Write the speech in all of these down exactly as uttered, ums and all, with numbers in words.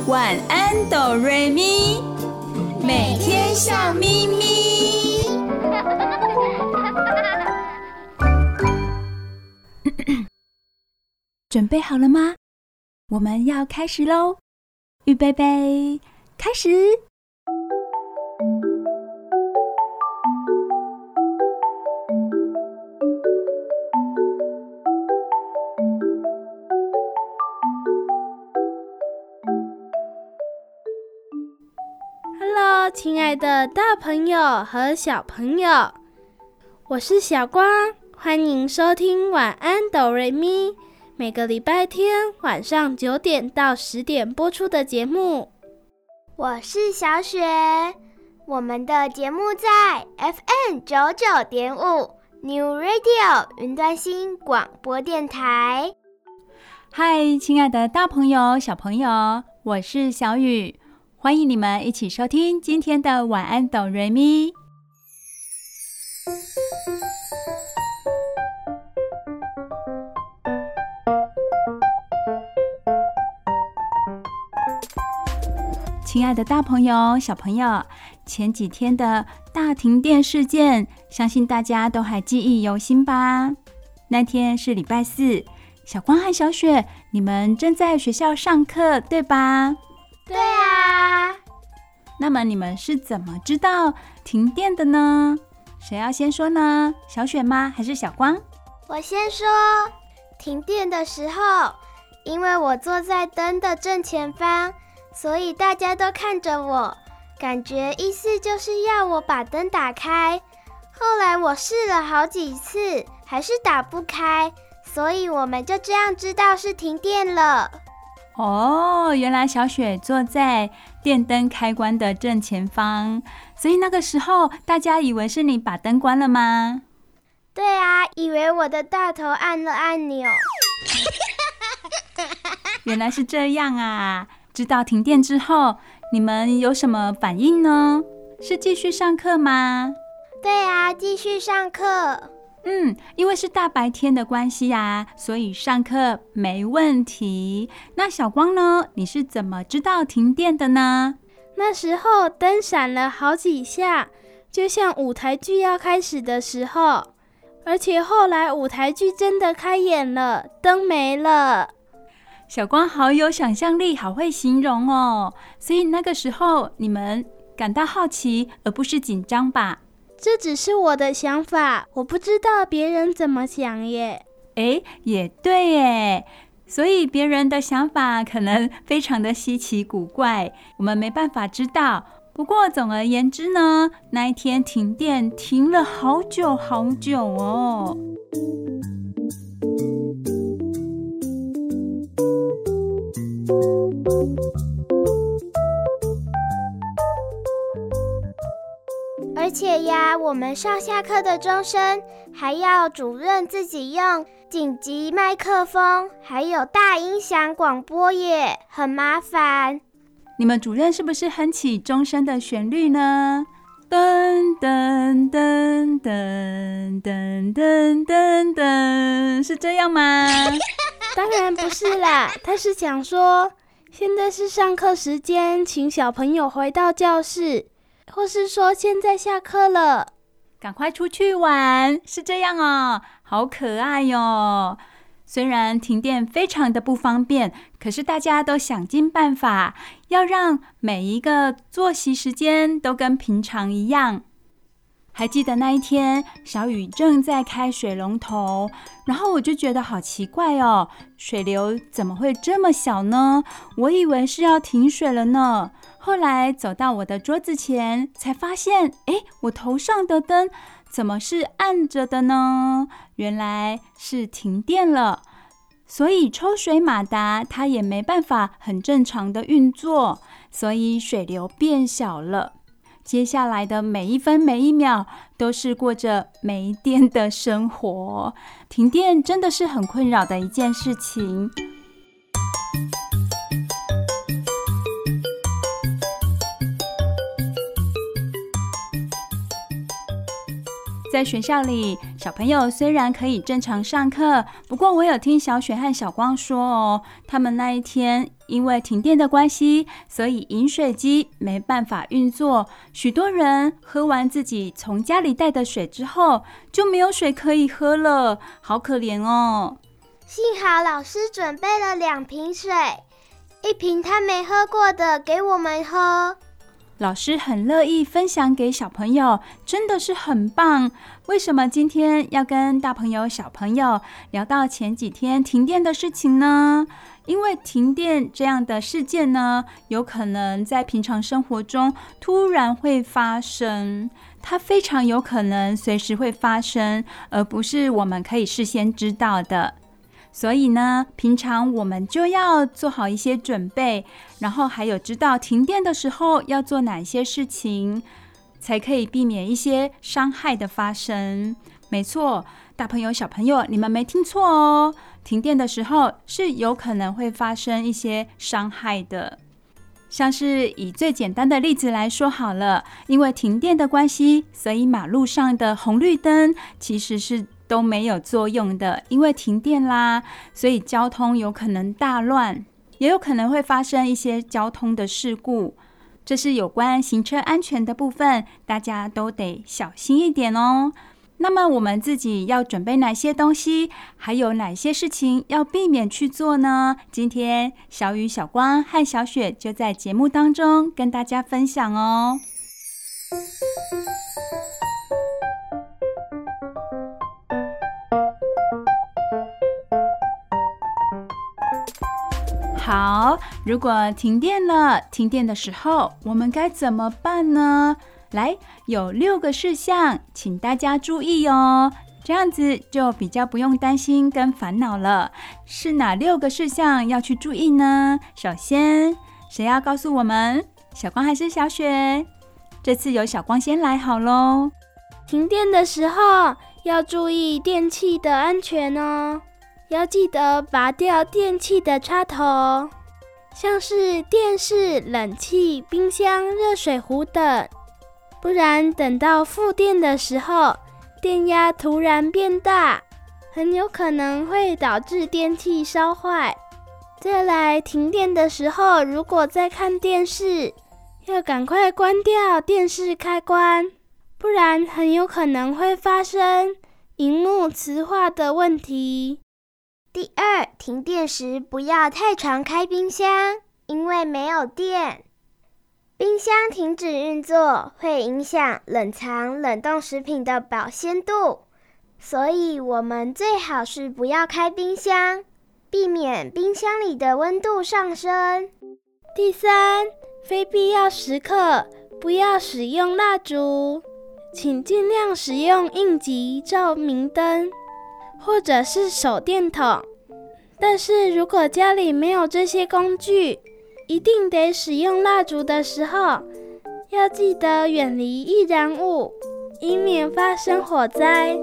晚安哆瑞咪，每天笑眯眯。准备好了吗？我们要开始咯！预备备，开始！ 亲爱的大朋友和小朋友，我是小光，欢迎收听晚安哆瑞咪，每个礼拜天晚上九点到十点播出的节目。 我是小雪，我们的节目在 F M 九九点五 New Radio 云端新广播电台。 嗨，亲爱的大朋友小朋友，我是小雨，欢迎你们一起收听今天的晚安哆瑞咪。亲爱的大朋友小朋友，前几天的大停电事件，相信大家都还记忆犹新吧？那天是礼拜四，小光和小雪，你们正在学校上课，对吧？ 对啊。 那么你们是怎么知道停电的呢？谁要先说呢？小雪吗？还是小光？ 我先说。停电的时候，因为我坐在灯的正前方，所以大家都看着我，感觉意思就是要我把灯打开。后来我试了好几次，还是打不开，所以我们就这样知道是停电了。 哦，原来小雪坐在电灯开关的正前方，所以那个时候大家以为是你把灯关了吗？ 对啊，以为我的大头按了按钮。 原来是这样啊！知道停电之后，你们有什么反应呢？是继续上课吗？ 对啊，继续上课。 嗯，因为是大白天的关系啊，所以上课没问题。那小光呢？你是怎么知道停电的呢？ 那时候灯闪了好几下，就像舞台剧要开始的时候。而且后来舞台剧真的开演了，灯没了。 小光好有想象力，好会形容哦。所以那个时候你们感到好奇，而不是紧张吧？ 这只是我的想法，我不知道别人怎么想耶。 诶，也对耶。所以别人的想法可能非常的稀奇古怪，我们没办法知道。不过总而言之呢，那一天停电停了好久好久哦。 而且呀，我们上下课的钟声还要主任自己用紧急麦克风，还有大音响广播耶，很麻烦。 你们主任是不是哼起钟声的旋律呢？噔噔噔噔噔噔噔噔，是这样吗？ 当然不是啦，他是想说，现在是上课时间，请小朋友回到教室。或是说现在下课了， 赶快出去玩，是这样哦，好可爱哟。虽然停电非常的不方便，可是大家都想尽办法，要让每一个作息时间都跟平常一样。还记得那一天，小雨正在开水龙头，然后我就觉得好奇怪哦，水流怎么会这么小呢？我以为是要停水了呢。后来走到我的桌子前，才发现，诶，我头上的灯怎么是暗着的呢？原来是停电了，所以抽水马达它也没办法很正常的运作，所以水流变小了。接下来的每一分每一秒都是过着没电的生活，停电真的是很困扰的一件事情。 在学校里，小朋友虽然可以正常上课，不过我有听小雪和小光说哦，他们那一天因为停电的关系，所以饮水机没办法运作，许多人喝完自己从家里带的水之后，就没有水可以喝了，好可怜哦。 幸好老师准备了两瓶水，一瓶他没喝过的给我们喝。 老师很乐意分享给小朋友，真的是很棒。为什么今天要跟大朋友小朋友聊到前几天停电的事情呢？因为停电这样的事件呢，有可能在平常生活中突然会发生，它非常有可能随时会发生，而不是我们可以事先知道的。所以呢，平常我们就要做好一些准备，然后还有知道停电的时候要做哪些事情，才可以避免一些伤害的发生。没错，大朋友小朋友，你们没听错哦，停电的时候是有可能会发生一些伤害的。像是以最简单的例子来说好了，因为停电的关系，所以马路上的红绿灯其实是都没有作用的，因为停电啦，所以交通有可能大乱，也有可能会发生一些交通的事故。这是有关行车安全的部分，大家都得小心一点哦。那么我们自己要准备哪些东西，还有哪些事情要避免去做呢？今天小雨、小光和小雪就在节目当中跟大家分享哦。好，如果停电了，停电的时候我们该怎么办呢？来，有六个事项，请大家注意哦，这样子就比较不用担心跟烦恼了。是哪六个事项要去注意呢？首先，谁要告诉我们？小光还是小雪？这次由小光先来好咯。 停电的时候要注意电器的安全哦，要记得拔掉电器的插头，像是电视、冷气、冰箱、热水壶等，不然等到复电的时候，电压突然变大，很有可能会导致电器烧坏。再来，停电的时候，如果在看电视，要赶快关掉电视开关，不然很有可能会发生萤幕磁化的问题。 第二，停电时不要太常开冰箱，因为没有电。冰箱停止运作会影响冷藏冷冻食品的保鲜度，所以我们最好是不要开冰箱，避免冰箱里的温度上升。 第三，非必要时刻不要使用蜡烛，请尽量使用应急照明灯或者是手电筒。但是如果家里没有这些工具，一定得使用蜡烛的时候，要记得远离易燃物，以免发生火灾。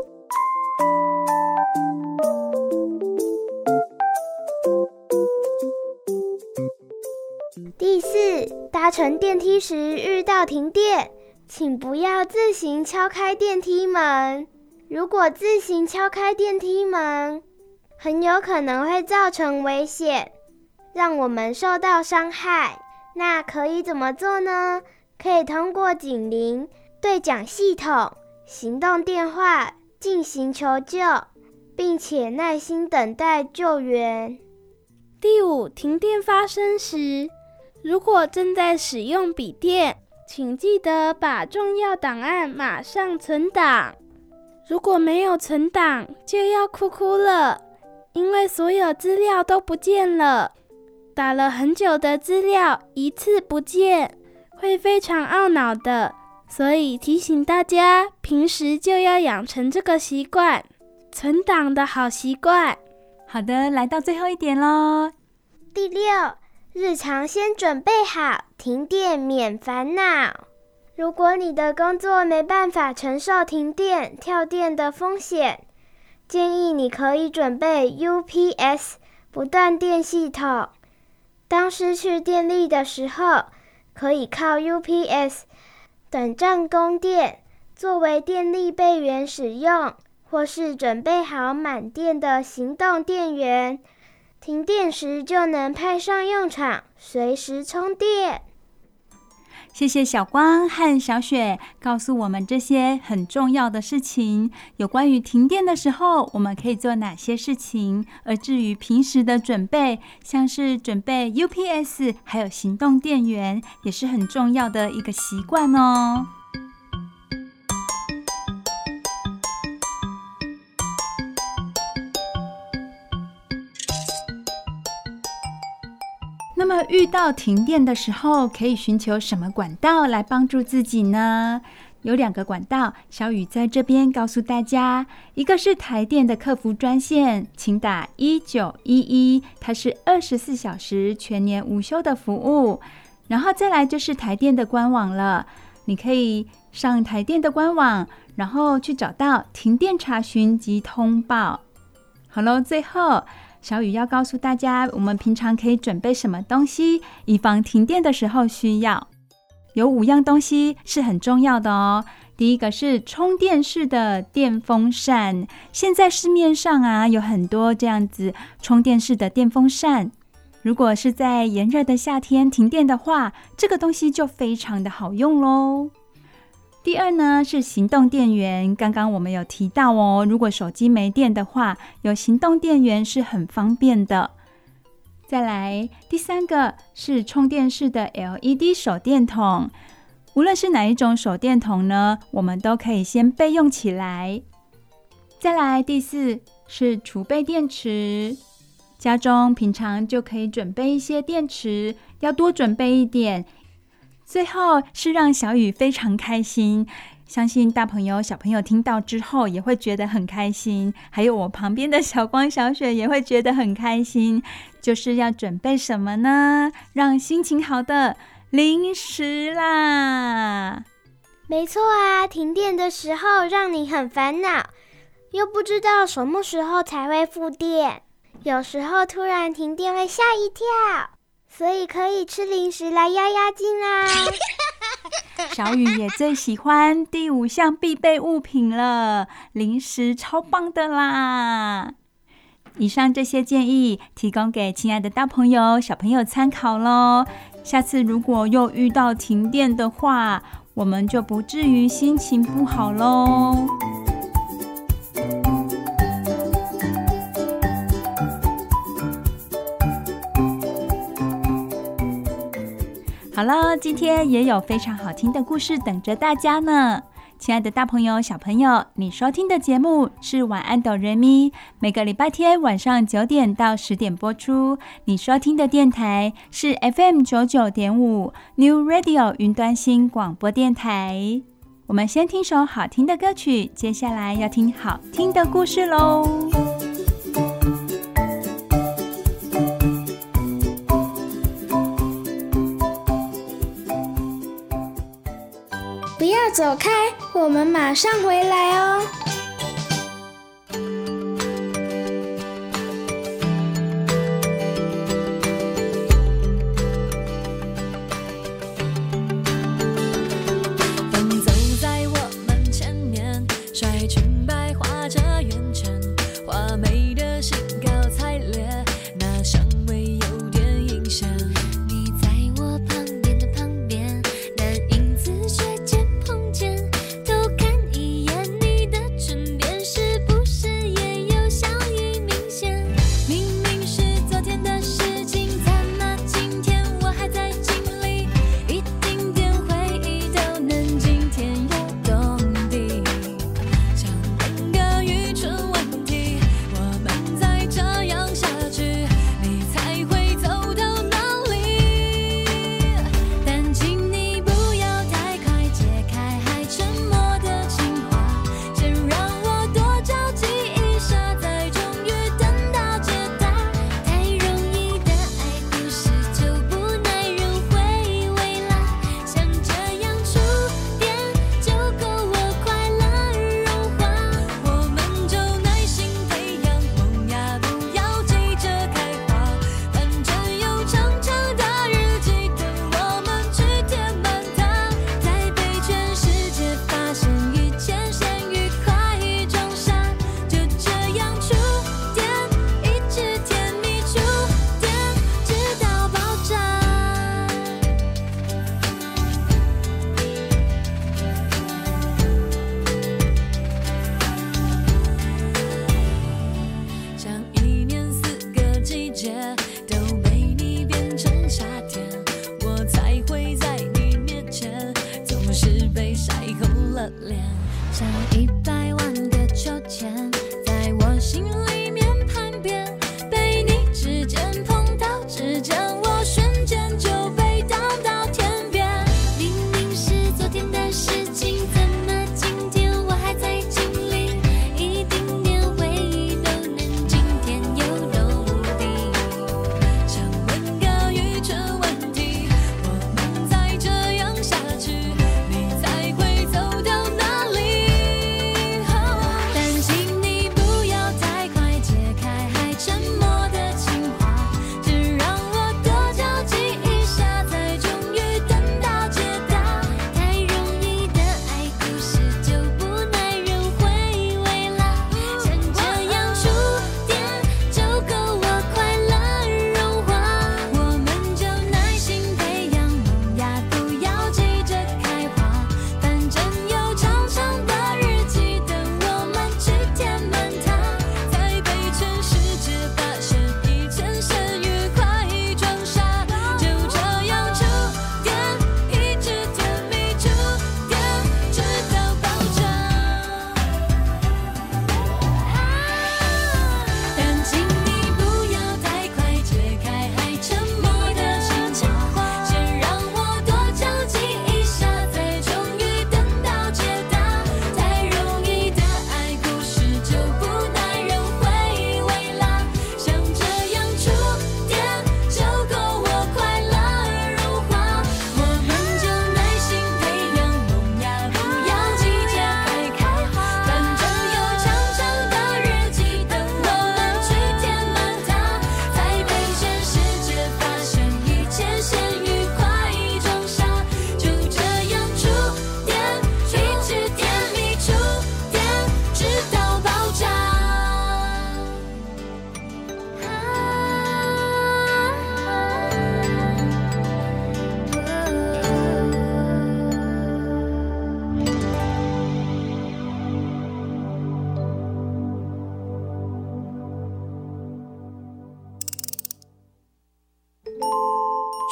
第四，搭乘电梯时遇到停电，请不要自行敲开电梯门。如果自行敲开电梯门，很有可能会造成危险，让我们受到伤害。那可以怎么做呢？可以通过警铃、对讲系统、行动电话进行求救，并且耐心等待救援。 第五，停电发生时，如果正在使用笔电，请记得把重要档案马上存档。如果没有存档，就要哭哭了，因为所有资料都不见了。打了很久的资料一次不见，会非常懊恼的。所以提醒大家，平时就要养成这个习惯，存档的好习惯。 好的，来到最后一点咯。 第六，日常先准备好，停电免烦恼。如果你的工作没办法承受停电、跳电的风险，建议你可以准备 U P S 不断电系统。当失去电力的时候，可以靠 U P S 短暂供电， 作为电力备源使用，或是准备好满电的行动电源，停电时就能派上用场，随时充电。 谢谢小光和小雪告诉我们这些很重要的事情，有关于停电的时候我们可以做哪些事情，而至于平时的准备，像是准备 U P S 还有行动电源，也是很重要的一个习惯哦。那么遇到停电的时候，可以寻求什么管道来帮助自己呢？有两个管道，小雨在这边告诉大家，一个是台电的客服专线，请打一九一一，它是二十四小时全年无休的服务。然后再来就是台电的官网了，你可以上台电的官网，然后去找到停电查询及通报。好咯，最后小雨要告诉大家，我们平常可以准备什么东西，以防停电的时候需要。有五样东西是很重要的哦。第一个是充电式的电风扇，现在市面上啊有很多这样子充电式的电风扇。如果是在炎热的夏天停电的话，这个东西就非常的好用咯。第二呢是行动电源，刚刚我们有提到哦，如果手机没电的话，有行动电源是很方便的。再来，第三个是充电式的 L E D 手电筒，无论是哪一种手电筒呢，我们都可以先备用起来。再来，第四是储备电池，家中平常就可以准备一些电池，要多准备一点。最后是让小雨非常开心，相信大朋友小朋友听到之后也会觉得很开心，还有我旁边的小光小雪也会觉得很开心。就是要准备什么呢？让心情好的零食啦。 没错啊，停电的时候让你很烦恼，又不知道什么时候才会复电，有时候突然停电会吓一跳，所以可以吃零食来压压惊啦。 小雨也最喜欢第五项必备物品了，零食超棒的啦。以上这些建议提供给亲爱的大朋友小朋友参考咯。下次如果又遇到停电的话，我们就不至于心情不好咯。好了，今天也有非常好听的故事等着大家呢。亲爱的大朋友小朋友，你收听的节目是晚安哆瑞咪，每个礼拜天晚上九点到十点播出。你收听的电台是 F M 九九点五 New Radio 云端新广播电台。我们先听首好听的歌曲，接下来要听好听的故事咯。 不要走开，我们马上回来哦。 风走在我们前面，甩裙摆画着圆圈，画眉的兴高采烈，那香味有点阴险。 你在我旁边的旁边，但影子却见碰见，偷看一眼你的唇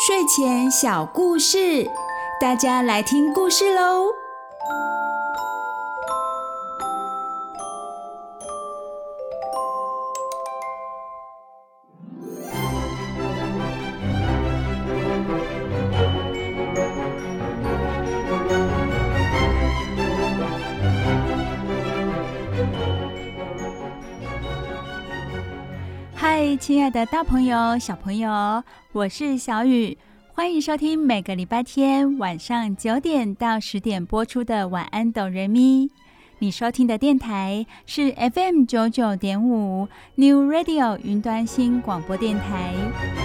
睡前小故事，大家来听故事喽。嗨，亲爱的大朋友、小朋友，我是小雨，欢迎收听每个礼拜天晚上九点到十点播出的晚安哆瑞咪。你收听的电台是 F M 九九点五 New Radio 云端新广播电台。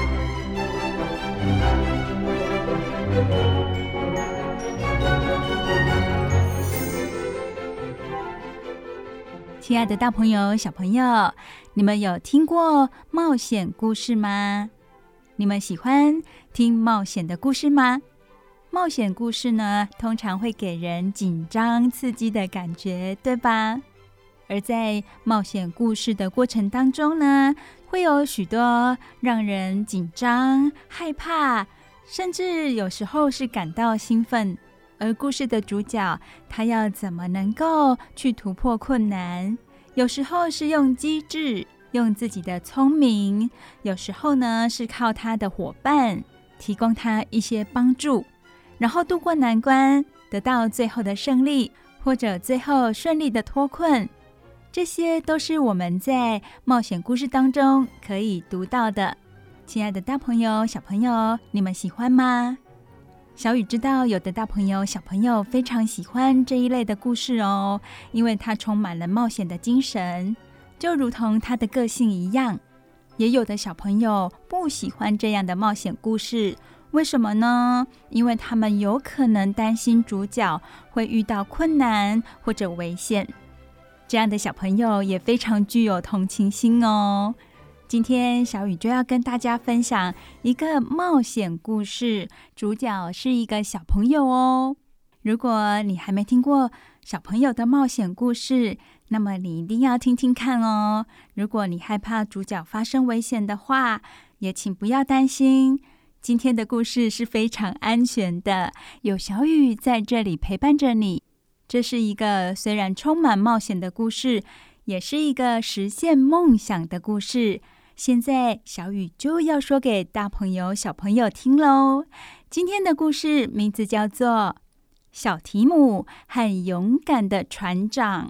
亲爱的大朋友、小朋友，你们有听过冒险故事吗？你们喜欢听冒险的故事吗？冒险故事呢，通常会给人紧张刺激的感觉，对吧？而在冒险故事的过程当中呢，会有许多让人紧张、害怕，甚至有时候是感到兴奋。而故事的主角，他要怎么能够去突破困难？有时候是用机智，用自己的聪明；有时候呢，是靠他的伙伴提供他一些帮助，然后度过难关，得到最后的胜利，或者最后顺利的脱困。这些都是我们在冒险故事当中可以读到的。亲爱的大朋友、小朋友，你们喜欢吗？小雨知道有的大朋友、小朋友非常喜欢这一类的故事哦，因为它充满了冒险的精神，就如同他的个性一样。也有的小朋友不喜欢这样的冒险故事，为什么呢？因为他们有可能担心主角会遇到困难或者危险。这样的小朋友也非常具有同情心哦。今天小雨就要跟大家分享一个冒险故事，主角是一个小朋友哦。如果你还没听过小朋友的冒险故事，那么你一定要听听看哦。如果你害怕主角发生危险的话，也请不要担心，今天的故事是非常安全的，有小雨在这里陪伴着你。这是一个虽然充满冒险的故事，也是一个实现梦想的故事。现在小雨就要说给大朋友、小朋友听喽。今天的故事名字叫做《小提姆和勇敢的船长》。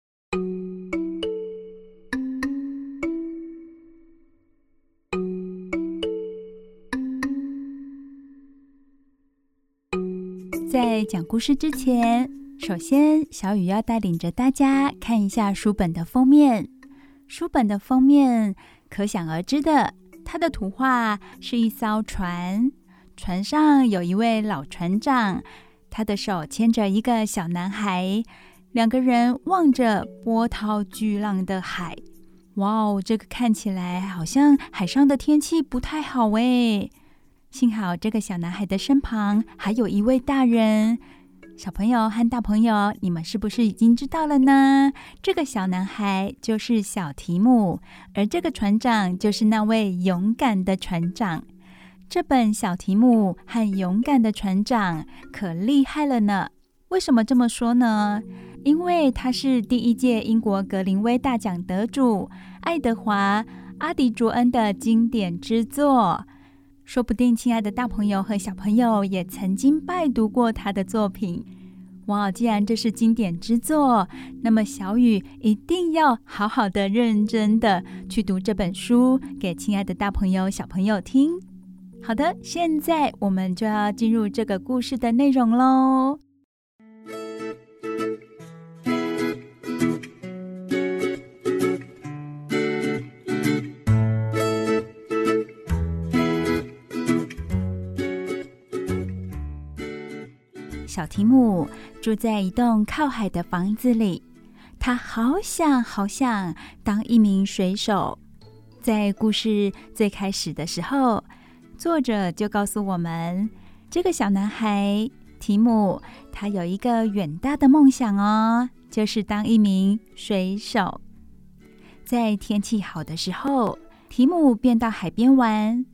在讲故事之前，首先小雨要带领着大家看一下书本的封面。书本的封面可想而知的，它的图画是一艘船，船上有一位老船长，他的手牵着一个小男孩，两个人望着波涛巨浪的海。哇哦，这个看起来好像海上的天气不太好诶。幸好这个小男孩的身旁还有一位大人。小朋友和大朋友，你们是不是已经知道了呢？这个小男孩就是小提姆，而这个船长就是那位勇敢的船长。这本《小提姆和勇敢的船长》可厉害了呢。为什么这么说呢？因为它是第一届英国格林威大奖得主爱德华·阿迪卓恩的经典之作。说不定亲爱的大朋友和小朋友也曾经拜读过他的作品。哇，既然这是经典之作，那么小雨一定要好好的认真的去读这本书，给亲爱的大朋友小朋友听。好的，现在我们就要进入这个故事的内容咯。小提姆住在一栋靠海的房子里，他好想好想当一名水手。在故事最开始的时候，作者就告诉我们，这个小男孩提姆，他有一个远大的梦想哦，就是当一名水手。在天气好的时候，提姆便到海边玩。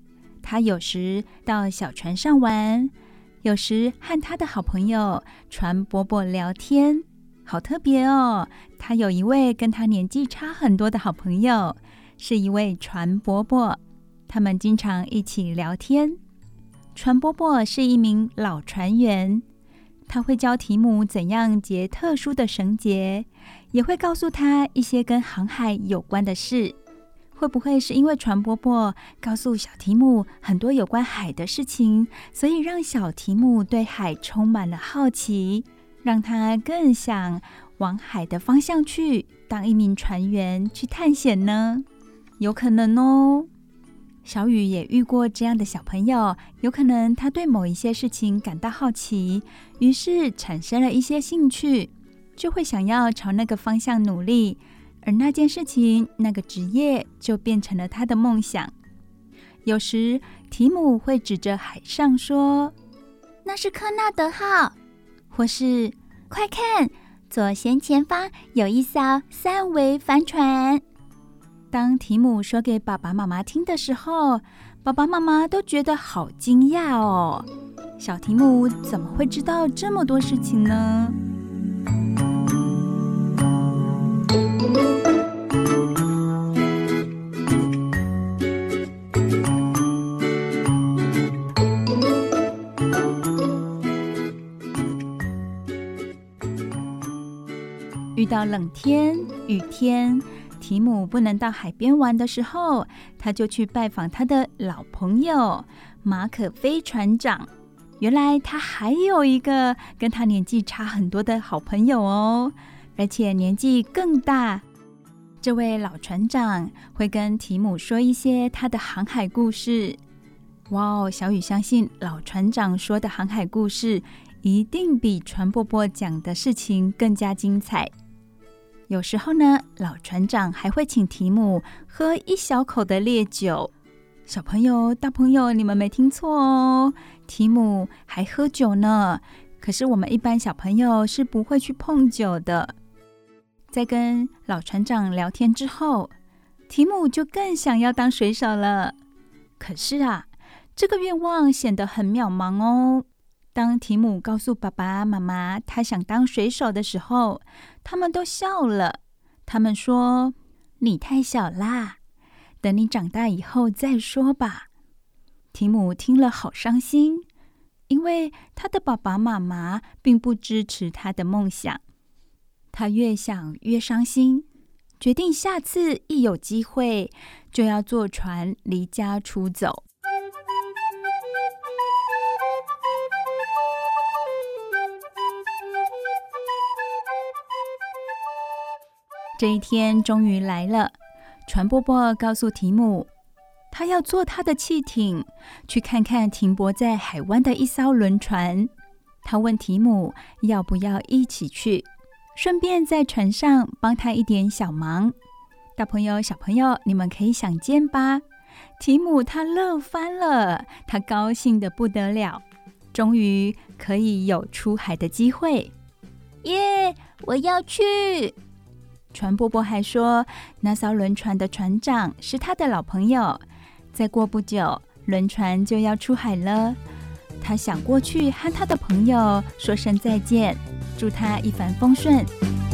他有时到小船上玩，有时和他的好朋友船伯伯聊天，好特别哦。他有一位跟他年纪差很多的好朋友，是一位船伯伯，他们经常一起聊天。船伯伯是一名老船员，他会教提姆怎样结特殊的绳结，也会告诉他一些跟航海有关的事。会不会是因为船伯伯告诉小提姆很多有关海的事情，所以让小提姆对海充满了好奇，让他更想往海的方向去，当一名船员去探险呢？有可能哦。小雨也遇过这样的小朋友，有可能他对某一些事情感到好奇，于是产生了一些兴趣，就会想要朝那个方向努力，而那件事情、那个职业就变成了他的梦想。有时提姆会指着海上说：“那是科纳德号。”或是“快看，左舷前方有一艘三桅帆船。”当提姆说给爸爸妈妈听的时候，爸爸妈妈都觉得好惊讶哦。小提姆怎么会知道这么多事情呢？遇到冷天、雨天，提姆不能到海边玩的时候，他就去拜访他的老朋友马可飞船长。原来他还有一个跟他年纪差很多的好朋友哦，而且年纪更大。这位老船长会跟提姆说一些他的航海故事。哇哦，小雨相信老船长说的航海故事一定比船伯伯讲的事情更加精彩。有时候呢，老船长还会请提姆喝一小口的烈酒。小朋友、大朋友，你们没听错哦，提姆还喝酒呢。可是我们一般小朋友是不会去碰酒的。在跟老船长聊天之后，提姆就更想要当水手了。可是啊，这个愿望显得很渺茫哦。当提姆告诉爸爸妈妈他想当水手的时候，他们都笑了。他们说：“你太小啦，等你长大以后再说吧。”提姆听了好伤心，因为他的爸爸妈妈并不支持他的梦想。他越想越伤心，决定下次一有机会就要坐船离家出走。这一天终于来了，船伯伯告诉提姆，他要坐他的汽艇去看看停泊在海湾的一艘轮船。他问提姆要不要一起去，顺便在船上帮他一点小忙。大朋友、小朋友，你们可以想见吧？提姆他乐翻了，他高兴得不得了，终于可以有出海的机会。耶，我要去！船伯伯还说，那艘轮船的船长是他的老朋友，再过不久，轮船就要出海了。他想过去和他的朋友说声再见，祝他一帆风顺。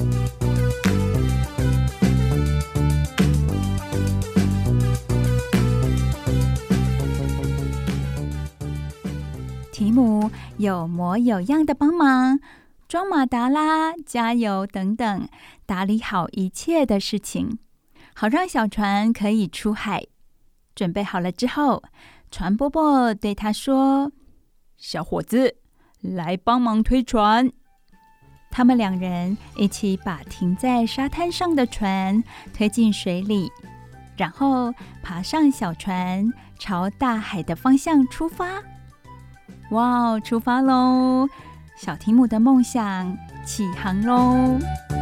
提姆有模有样的帮忙，装马达啦、加油等等，打理好一切的事情，好让小船可以出海。准备好了之后，船伯伯对他说：“小伙子，来帮忙推船。”他们两人一起把停在沙滩上的船推进水里，然后爬上小船，朝大海的方向出发。哇，出发喽！小提姆的梦想起航喽！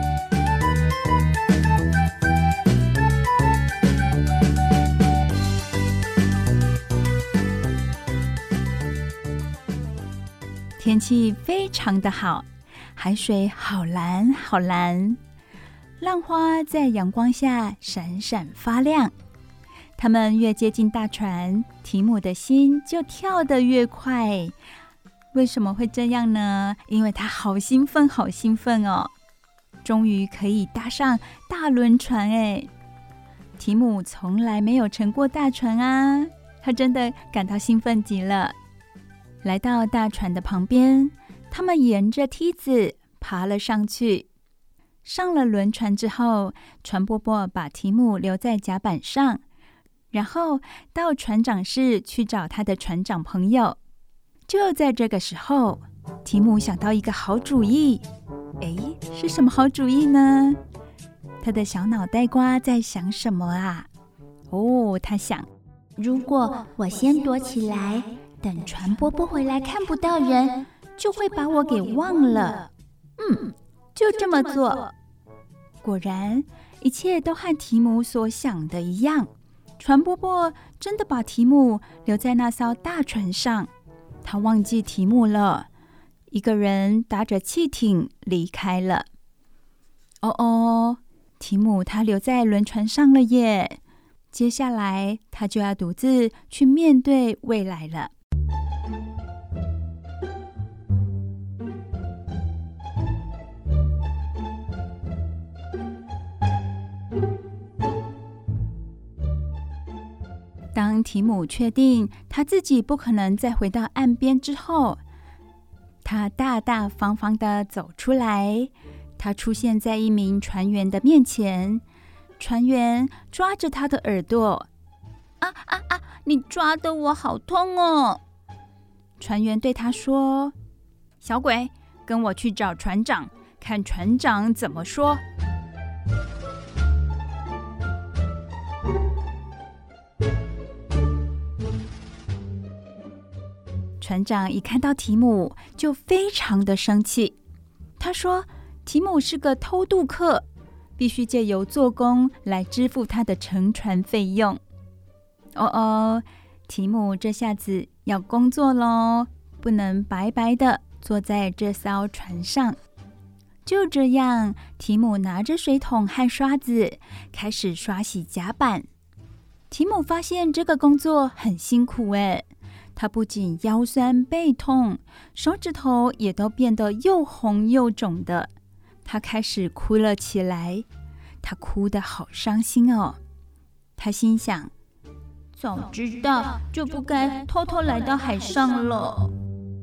天气非常的好，海水好蓝好蓝，浪花在阳光下闪闪发亮。 他们越接近大船，提姆的心就跳得越快。为什么会这样呢？因为他好兴奋，好兴奋哦！终于可以搭上大轮船哎！提姆从来没有乘过大船啊，他真的感到兴奋极了。来到大船的旁边，他们沿着梯子爬了上去。上了轮船之后，船伯伯把提姆留在甲板上，然后到船长室去找他的船长朋友。就在这个时候，提姆想到一个好主意。诶，是什么好主意呢？他的小脑袋瓜在想什么啊？哦，他想， 如果我先躲起来，等船伯伯回来看不到人，就会把我给忘了。嗯，就这么做。 果然，一切都和提姆所想的一样。船伯伯真的把提姆留在那艘大船上，他忘记提姆了，一个人搭着汽艇离开了。哦哦，提姆他留在轮船上了耶！接下来他就要独自去面对未来了。当提姆确定他自己不可能再回到岸边之后，他大大方方地走出来。他出现在一名船员的面前，船员抓着他的耳朵，啊啊啊！你抓得我好痛哦！船员对他说：“小鬼，跟我去找船长，看船长怎么说。”船长一看到提姆就非常的生气，他说提姆是个偷渡客，必须借由做工来支付他的乘船费用。哦哦，提姆这下子要工作咯，不能白白的坐在这艘船上。就这样，提姆拿着水桶和刷子开始刷洗甲板。提姆发现这个工作很辛苦耶，他不仅腰酸背痛，手指头也都变得又红又肿的。他开始哭了起来，他哭得好伤心哦。他心想，早知道就不该偷偷来到海上了。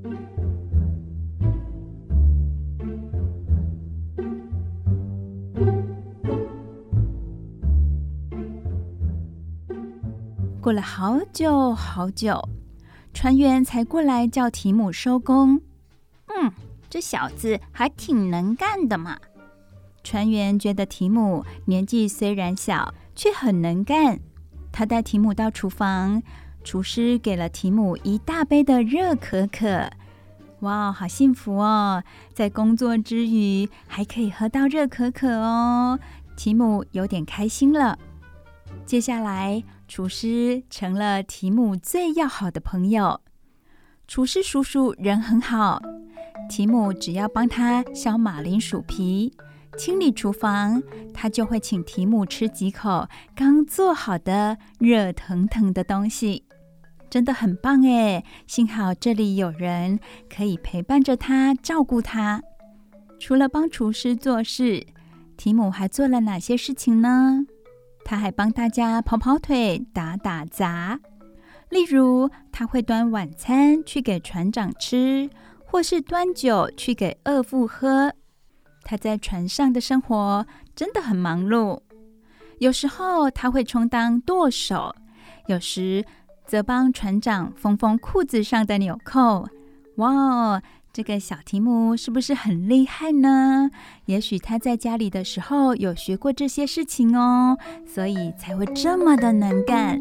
过了好久好久，船员才过来叫提姆收工。嗯，这小子还挺能干的嘛。船员觉得提姆年纪虽然小，却很能干。他带提姆到厨房，厨师给了提姆一大杯的热可可。哇，好幸福哦！在工作之余还可以喝到热可可哦，提姆有点开心了。接下来，厨师成了提姆最要好的朋友。厨师叔叔人很好，提姆只要帮他削马铃薯皮、清理厨房，他就会请提姆吃几口刚做好的热腾腾的东西，真的很棒耶！幸好这里有人可以陪伴着他，照顾他。除了帮厨师做事，提姆还做了哪些事情呢？他还帮大家跑跑腿、打打杂。例如，他会端晚餐去给船长吃，或是端酒去给恶妇喝。他在船上的生活真的很忙碌，有时候他会充当舵手，有时则帮船长缝缝裤子上的纽扣。哇，这个小提姆是不是很厉害呢？也许他在家里的时候有学过这些事情哦，所以才会这么的能干。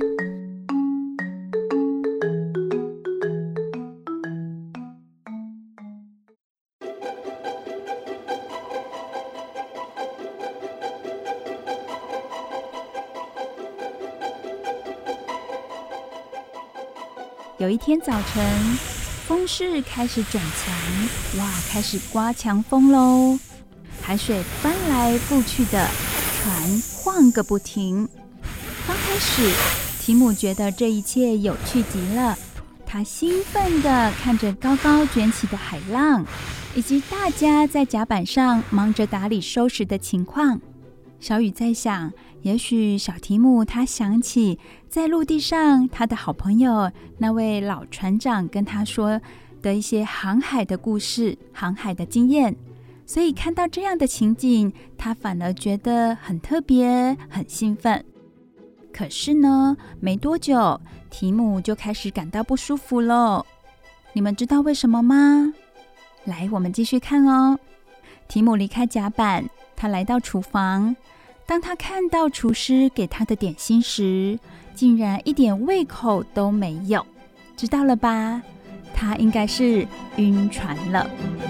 有一天早晨，风势开始转强，哇，开始刮强风喽！海水翻来覆去的，船晃个不停。刚开始， 提姆觉得这一切有趣极了，他兴奋地看着高高卷起的海浪，以及大家在甲板上忙着打理收拾的情况。小雨在想，也许小提姆他想起在陆地上他的好朋友那位老船长跟他说的一些航海的故事、航海的经验，所以看到这样的情景，他反而觉得很特别、很兴奋。可是呢，没多久，提姆就开始感到不舒服了。你们知道为什么吗？来，我们继续看哦。提姆离开甲板，他来到厨房。当他看到厨师给他的点心时，竟然一点胃口都没有。知道了吧？他应该是晕船了。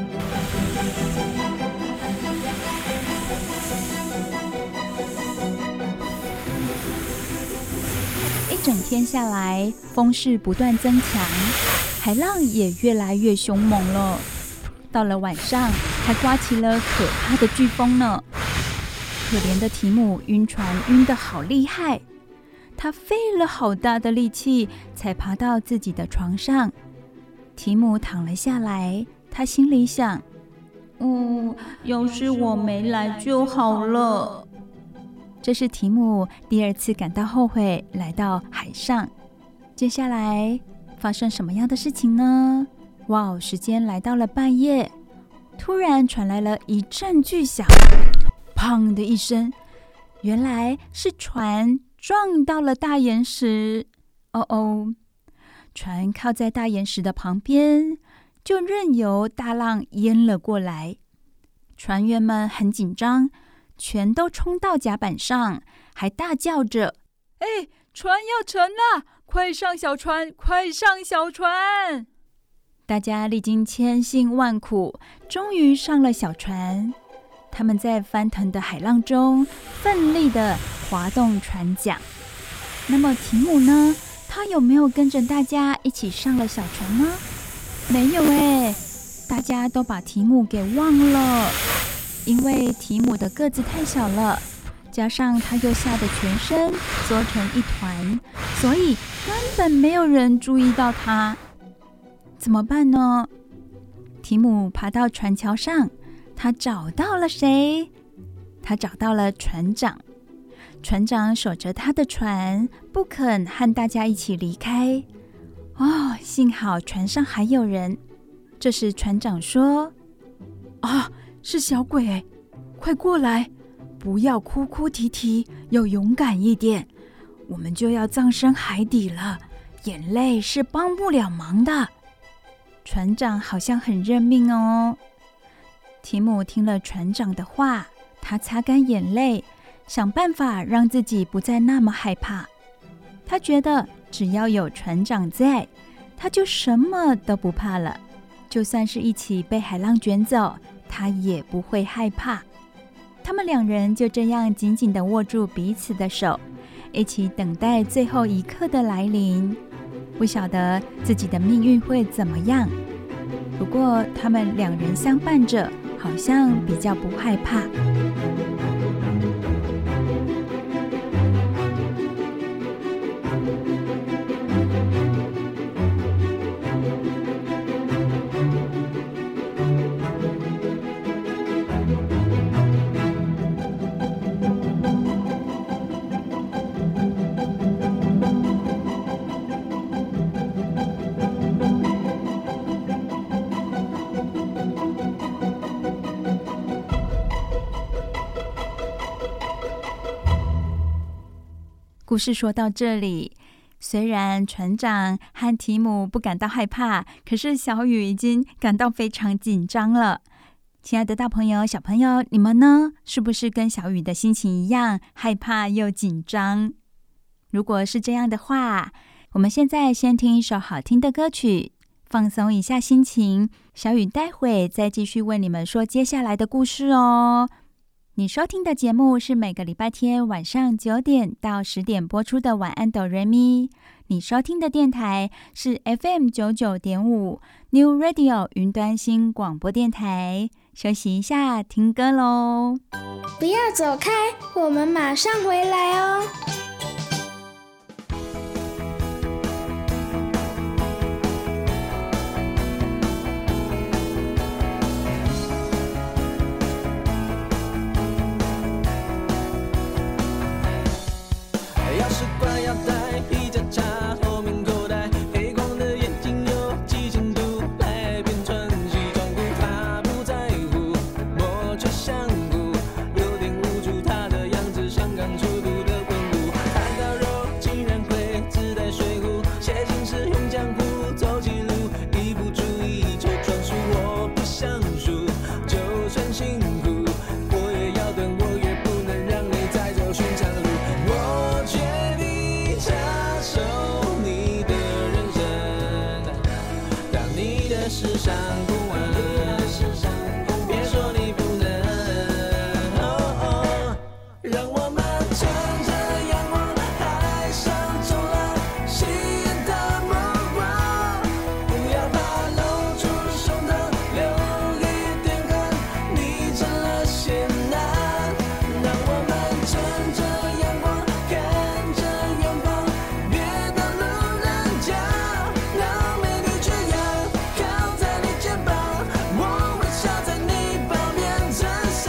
一整天下来，风势不断增强，海浪也越来越凶猛了。到了晚上，还刮起了可怕的飓风呢。可怜的提姆晕船晕得好厉害，他费了好大的力气才爬到自己的床上。提姆躺了下来，他心里想：嗯，要是我没来就好了。这是提姆第二次感到后悔来到海上。接下来发生什么样的事情呢？哇，时间来到了半夜，突然传来了一阵巨响，砰的一声，原来是船撞到了大岩石。哦哦，船靠在大岩石的旁边，就任由大浪淹了过来。船员们很紧张，全都冲到甲板上，还大叫着：哎，船要沉了，快上小船，快上小船！大家历经千辛万苦，终于上了小船。他们在翻腾的海浪中奋力地划动船桨。那么提姆呢？他有没有跟着大家一起上了小船呢？没有耶，大家都把提姆给忘了。因为提姆的个子太小了，加上他又吓得全身缩成一团，所以根本没有人注意到他。怎么办呢？提姆爬到船桥上，他找到了谁？他找到了船长。船长守着他的船，不肯和大家一起离开。哦，幸好船上还有人。这时船长说：啊，是小鬼哎，快过来，不要哭哭啼啼，要勇敢一点，我们就要葬身海底了，眼泪是帮不了忙的。船长好像很认命哦。提姆听了船长的话，他擦干眼泪，想办法让自己不再那么害怕。他觉得只要有船长在，他就什么都不怕了，就算是一起被海浪卷走，他也不会害怕。他们两人就这样紧紧地握住彼此的手，一起等待最后一刻的来临。不晓得自己的命运会怎么样，不过他们两人相伴着，好像比较不害怕。故事说到这里，虽然船长和提姆不感到害怕，可是小雨已经感到非常紧张了。亲爱的大朋友、小朋友，你们呢？是不是跟小雨的心情一样，害怕又紧张？如果是这样的话，我们现在先听一首好听的歌曲，放松一下心情。小雨待会再继续为你们说接下来的故事哦。你收听的节目是每个礼拜天晚上九点到十点播出的晚安哆瑞咪。你收听的电台是 F M 九九点五 New Radio 云端新广播电台。休息一下，听歌喽。 不要走开，我们马上回来哦。 你的世上不完，别说你不能。哦哦，让我们乘着阳光，海上冲浪，吸引的目光。不要怕露出胸膛，留一点汗，你成了仙男。让我们乘着阳光，看着远方，别当路人甲。让美女缺氧，靠在你肩膀，我微笑在你旁边衬衫。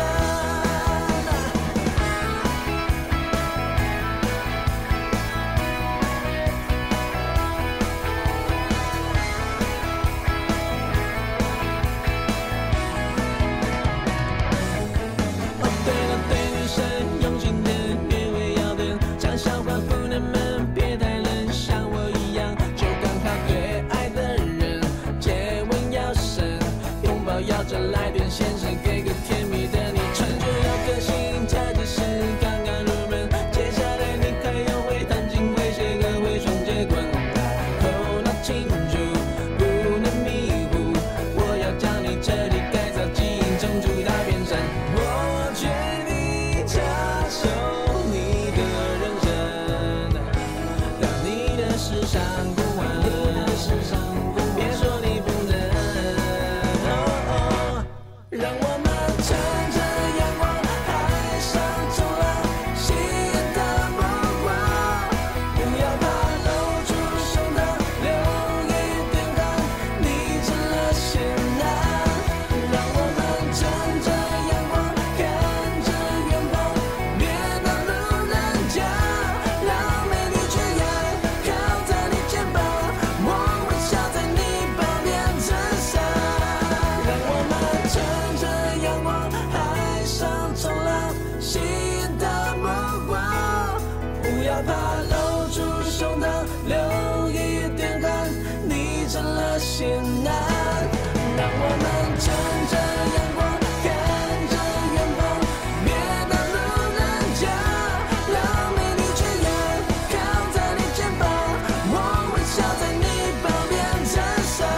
哦，对了，对女生用心点，约会要点，讲笑话，妇人们别太冷，像我一样，就刚好对爱的人，接吻要深，拥抱要再来点先生，给个甜蜜的你，穿着要个性，才只是刚刚入门，接下来你还要会弹琴，会写歌，会双截棍，头脑清楚，不能迷糊，我要将你彻底改造，基因种出大变山，我决定插手你的人生，让你的世上不完，别说你不能。哦哦，让我们乘着阳光，海上冲浪，吸引的目光。不要怕露出胸膛，留一点汗，你成了仙男。让我们乘着阳光，看着远方，别当路人甲。让美女缺氧，靠在你肩膀，我微笑在你旁边衬衫。让我们乘着阳光，海上冲浪，吸引的目光。不要怕露出胸膛，留一点汗，你成了仙男。让我们乘着阳光，看着远方，别当路人甲。让美女缺氧，靠在你肩膀，我微笑在你旁边衬衫。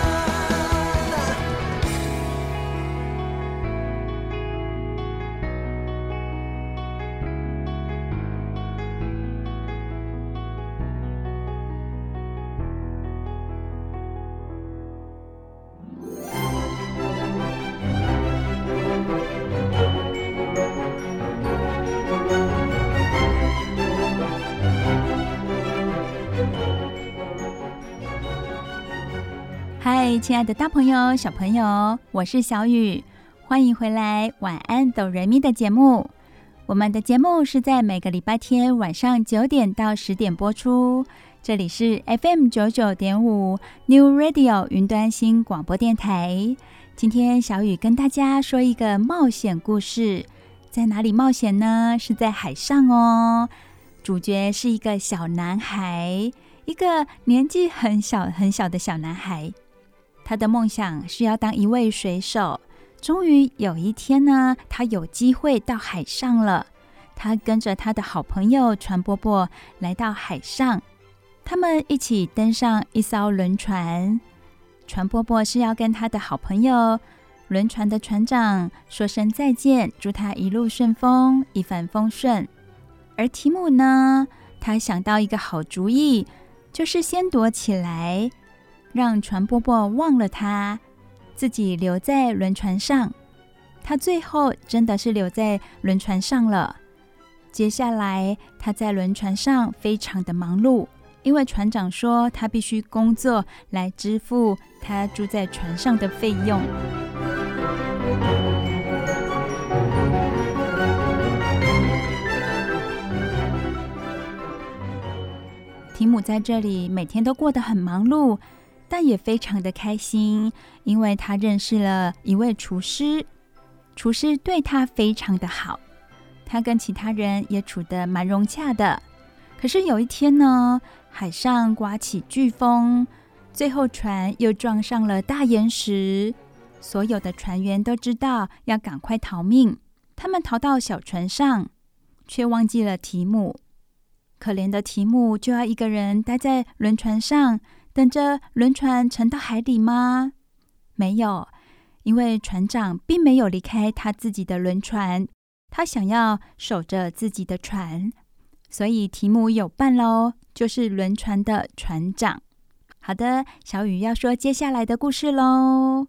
嗨，亲爱的大朋友、小朋友，我是小雨，欢迎回来晚安哆瑞咪的节目。我们的节目是在每个礼拜天晚上九点到十点播出，这里是 F M 九九点五 New Radio 云端新广播电台。今天小雨跟大家说一个冒险故事，在哪里冒险呢？是在海上哦。主角是一个小男孩，一个年纪很小很小的小男孩。他的梦想是要当一位水手。终于有一天呢，他有机会到海上了。他跟着他的好朋友船伯伯来到海上，他们一起登上一艘轮船。船伯伯是要跟他的好朋友轮船的船长说声再见，祝他一路顺风，一帆风顺。而提姆呢，他想到一个好主意，就是先躲起来，让船伯伯忘了他，自己留在轮船上。他最后真的是留在轮船上了。接下来他在轮船上非常的忙碌，因为船长说他必须工作来支付他住在船上的费用。提姆在这里每天都过得很忙碌，但也非常的开心，因为他认识了一位厨师。厨师对他非常的好，他跟其他人也处得蛮融洽的。可是有一天呢，海上刮起飓风，最后船又撞上了大岩石，所有的船员都知道要赶快逃命。他们逃到小船上，却忘记了提姆。可怜的提姆就要一个人待在轮船上，等着轮船沉到海里吗？ 没有，因为船长并没有离开他自己的轮船，他想要守着自己的船，所以提姆有伴喽，就是轮船的船长。好的，小雨要说接下来的故事喽。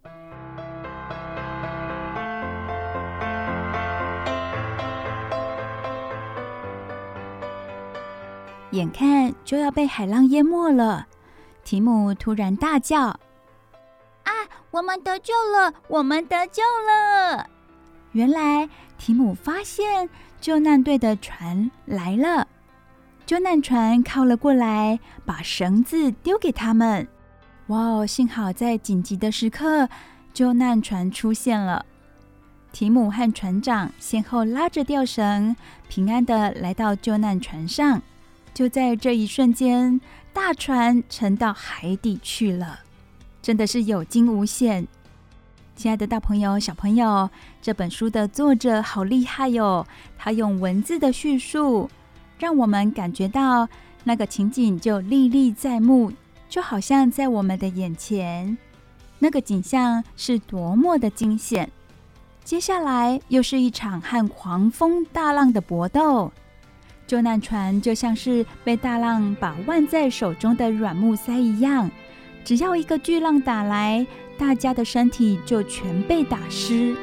眼看就要被海浪淹没了，提姆突然大叫：啊，我们得救了，我们得救了！原来提姆发现救难队的船来了，救难船靠了过来，把绳子丢给他们。哇，幸好在紧急的时刻，救难船出现了。提姆和船长先后拉着吊绳，平安地来到救难船上。就在这一瞬间，大船沉到海底去了，真的是有惊无险。亲爱的大朋友小朋友，这本书的作者好厉害哟，他用文字的叙述让我们感觉到那个情景就历历在目，就好像在我们的眼前，那个景象是多么的惊险。接下来又是一场和狂风大浪的搏斗，救难船就像是被大浪把握在手中的软木塞一样，只要一个巨浪打来，大家的身体就全被打湿。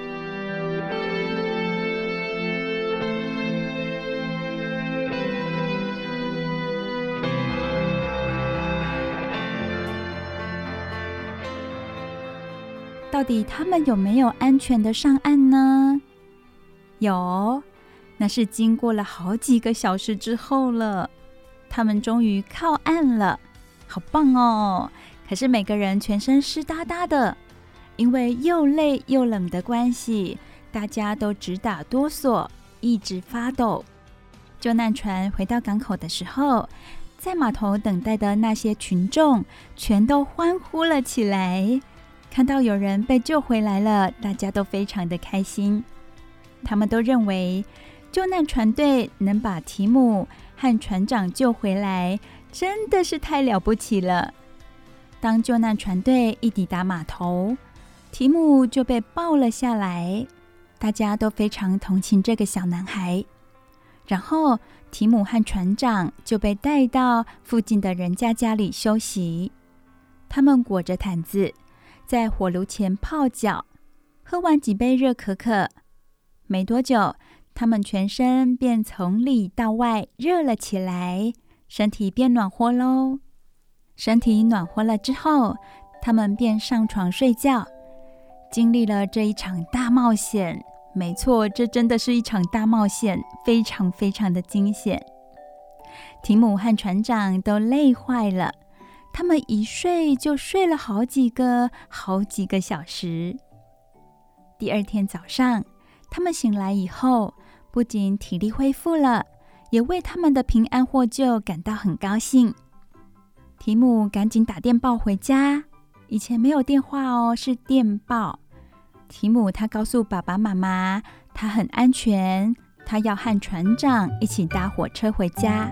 到底他们有没有安全的上岸呢？有，那是经过了好几个小时之后了，他们终于靠岸了，好棒哦！可是每个人全身湿哒哒的，因为又累又冷的关系，大家都直打哆嗦，一直发抖。救难船回到港口的时候，在码头等待的那些群众全都欢呼了起来。看到有人被救回来了，大家都非常的开心。他们都认为救难船队能把提姆和船长救回来，真的是太了不起了。当救难船队一抵达码头，提姆就被抱了下来，大家都非常同情这个小男孩。然后提姆和船长就被带到附近的人家家里休息，他们裹着毯子在火炉前泡脚，喝完几杯热可可，没多久他们全身便从里到外热了起来，身体变暖和咯。身体暖和了之后，他们便上床睡觉。经历了这一场大冒险，没错，这真的是一场大冒险，非常非常的惊险。提姆和船长都累坏了，他们一睡就睡了好几个好几个小时。第二天早上，他们醒来以后，不仅体力恢复了，也为他们的平安获救感到很高兴。提姆赶紧打电报回家，以前没有电话哦，是电报。提姆他告诉爸爸妈妈，他很安全，他要和船长一起搭火车回家。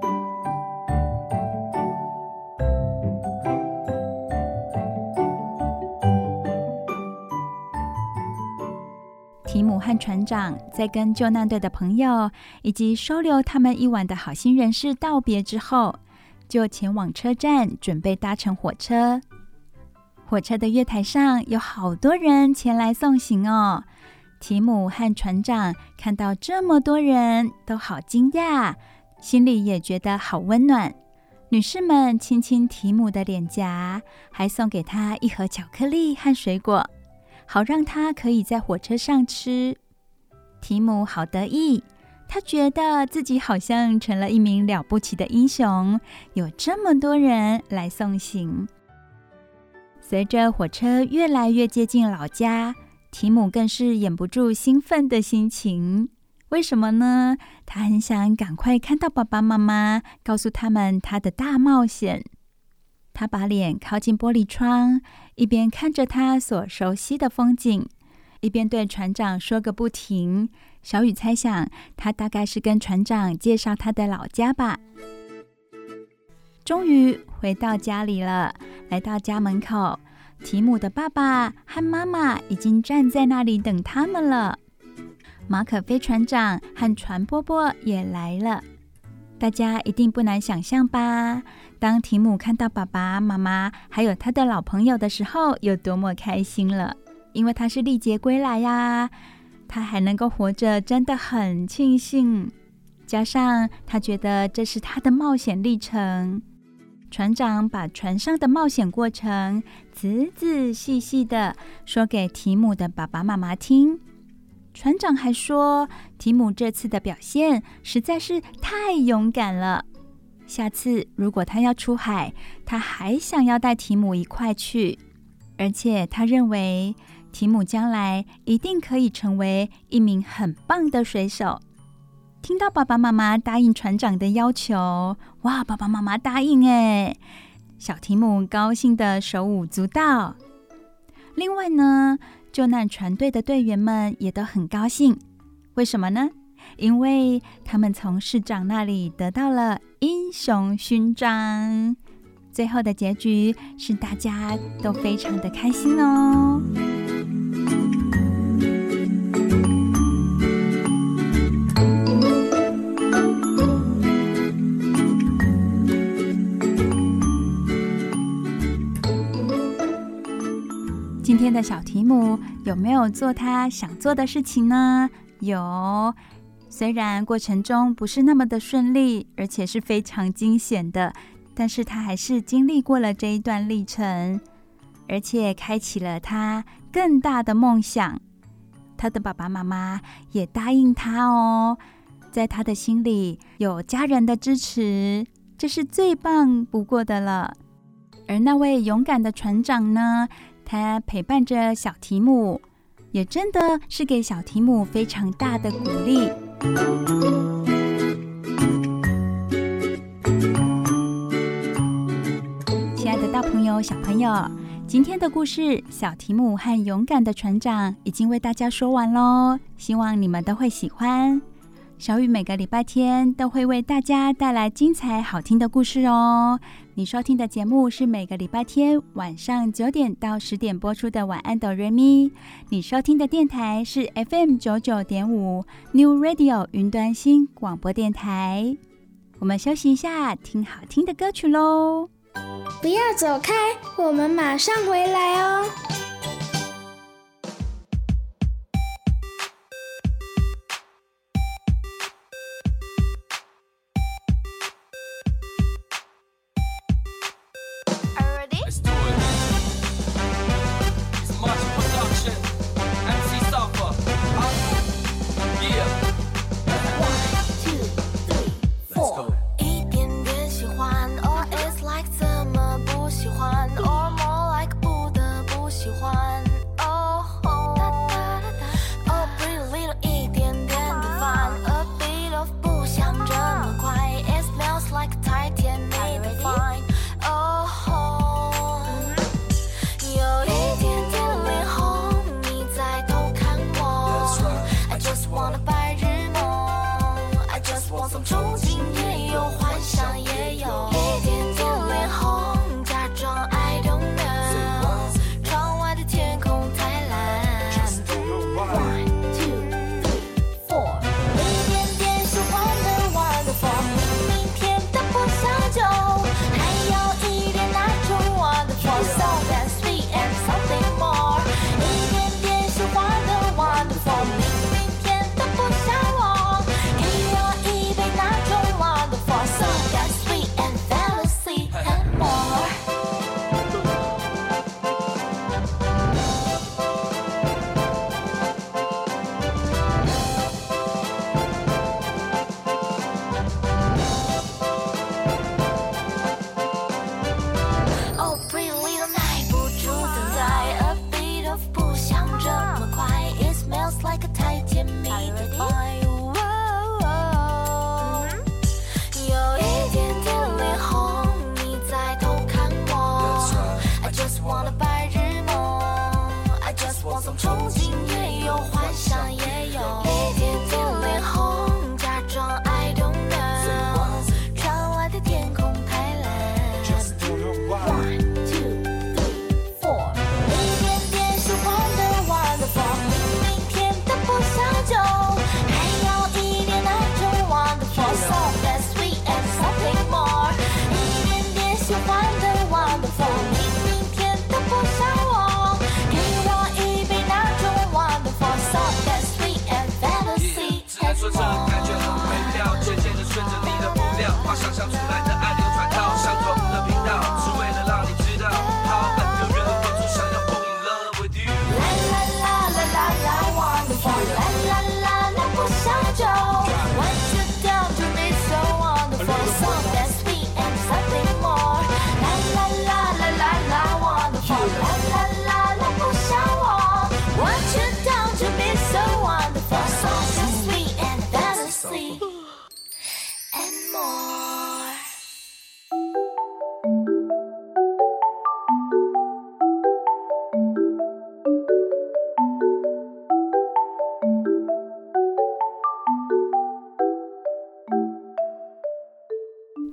提姆和船长在跟救难队的朋友以及收留他们一晚的好心人士道别之后，就前往车站准备搭乘火车。火车的月台上有好多人前来送行哦。提姆和船长看到这么多人都好惊讶，心里也觉得好温暖。女士们亲亲提姆的脸颊，还送给他一盒巧克力和水果，好让他可以在火车上吃。提姆好得意，他觉得自己好像成了一名了不起的英雄，有这么多人来送行。随着火车越来越接近老家，提姆更是掩不住兴奋的心情。为什么呢？他很想赶快看到爸爸妈妈，告诉他们他的大冒险。他把脸靠近玻璃窗，一边看着他所熟悉的风景，一边对船长说个不停。小雨猜想，他大概是跟船长介绍他的老家吧。终于回到家里了，来到家门口， 提姆的爸爸和妈妈已经站在那里等他们了。马可飞船长和船波波也来了。大家一定不难想象吧，当提姆看到爸爸妈妈还有他的老朋友的时候，有多么开心了。因为他是历劫归来呀，他还能够活着，真的很庆幸。加上他觉得这是他的冒险历程，船长把船上的冒险过程仔仔细细的说给提姆的爸爸妈妈听。船长还说，提姆这次的表现实在是太勇敢了。下次如果他要出海，他还想要带提姆一块去，而且他认为提姆将来一定可以成为一名很棒的水手。听到爸爸妈妈答应船长的要求，哇，爸爸妈妈答应耶！小提姆高兴的手舞足蹈。另外呢，救难船队的队员们也都很高兴。为什么呢？因为他们从市长那里得到了英雄勋章。最后的结局是大家都非常的开心哦。今天的小提姆有没有做他想做的事情呢？有，虽然过程中不是那么的顺利，而且是非常惊险的，但是他还是经历过了这一段历程，而且开启了他更大的梦想。他的爸爸妈妈也答应他哦，在他的心里有家人的支持，这是最棒不过的了。而那位勇敢的船长呢，他陪伴着小提姆，也真的是给小提姆非常大的鼓励。亲爱的大朋友、小朋友，今天的故事《小提姆和勇敢的船长》已经为大家说完咯，希望你们都会喜欢。小雨每个礼拜天都会为大家带来精彩好听的故事哦。你收听的节目是每个礼拜天晚上九点到十点播出的晚安哆瑞咪。你收听的电台是 F M 九九点五 New Radio 云端新广播电台。我们休息一下，听好听的歌曲咯。 不要走开，我们马上回来哦。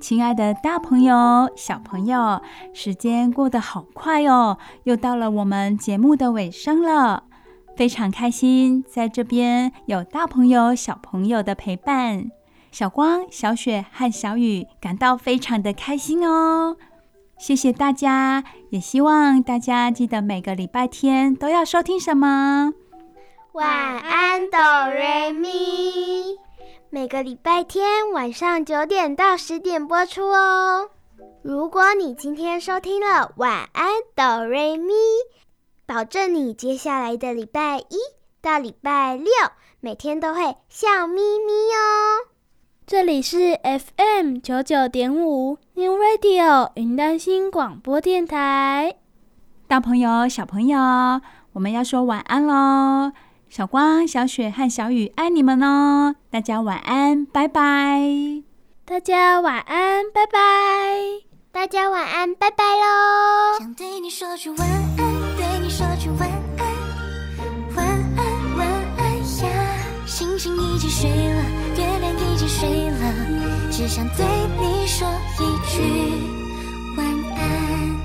亲爱的大朋友、小朋友，时间过得好快哦，又到了我们节目的尾声了。非常开心，在这边有大朋友、小朋友的陪伴，小光、小雪和小雨感到非常的开心哦。谢谢大家，也希望大家记得每个礼拜天都要收听什么？ 晚安哆瑞咪，每个礼拜天晚上九点到十点播出哦。如果你今天收听了晚安哆瑞咪，保证你接下来的礼拜一到礼拜六每天都会笑眯眯哦。 这里是 F M 九九点五 New Radio 云端新广播电台。 大朋友、小朋友，我们要说晚安咯。小光、小雪和小雨爱你们哦，大家晚安，拜拜。 大家晚安，拜拜。 大家晚安，拜拜咯。 想对你说句晚安，对你说句晚安，晚安晚安呀。星星已经睡了，月亮已经睡了，只想对你说一句晚安。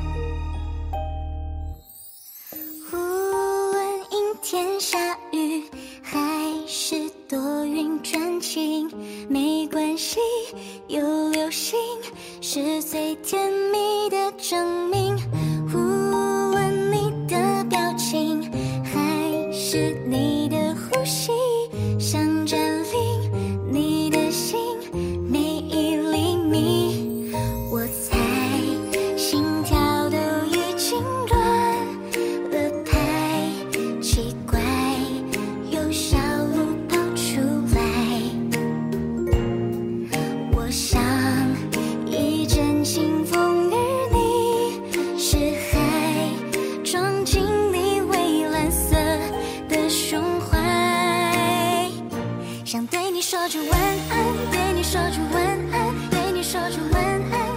无论阴天下雨还是多云转晴，没关系，有流星是最甜蜜的证明。无论你的表情还是你的呼吸，想占领你的心每一厘米，我猜心跳都已经乱了，太奇怪，有小鹿跑出来。我想一阵清风，而你是海装进你蔚蓝色的胸怀。想对你说句晚安，对你说句晚安，对你说句晚安。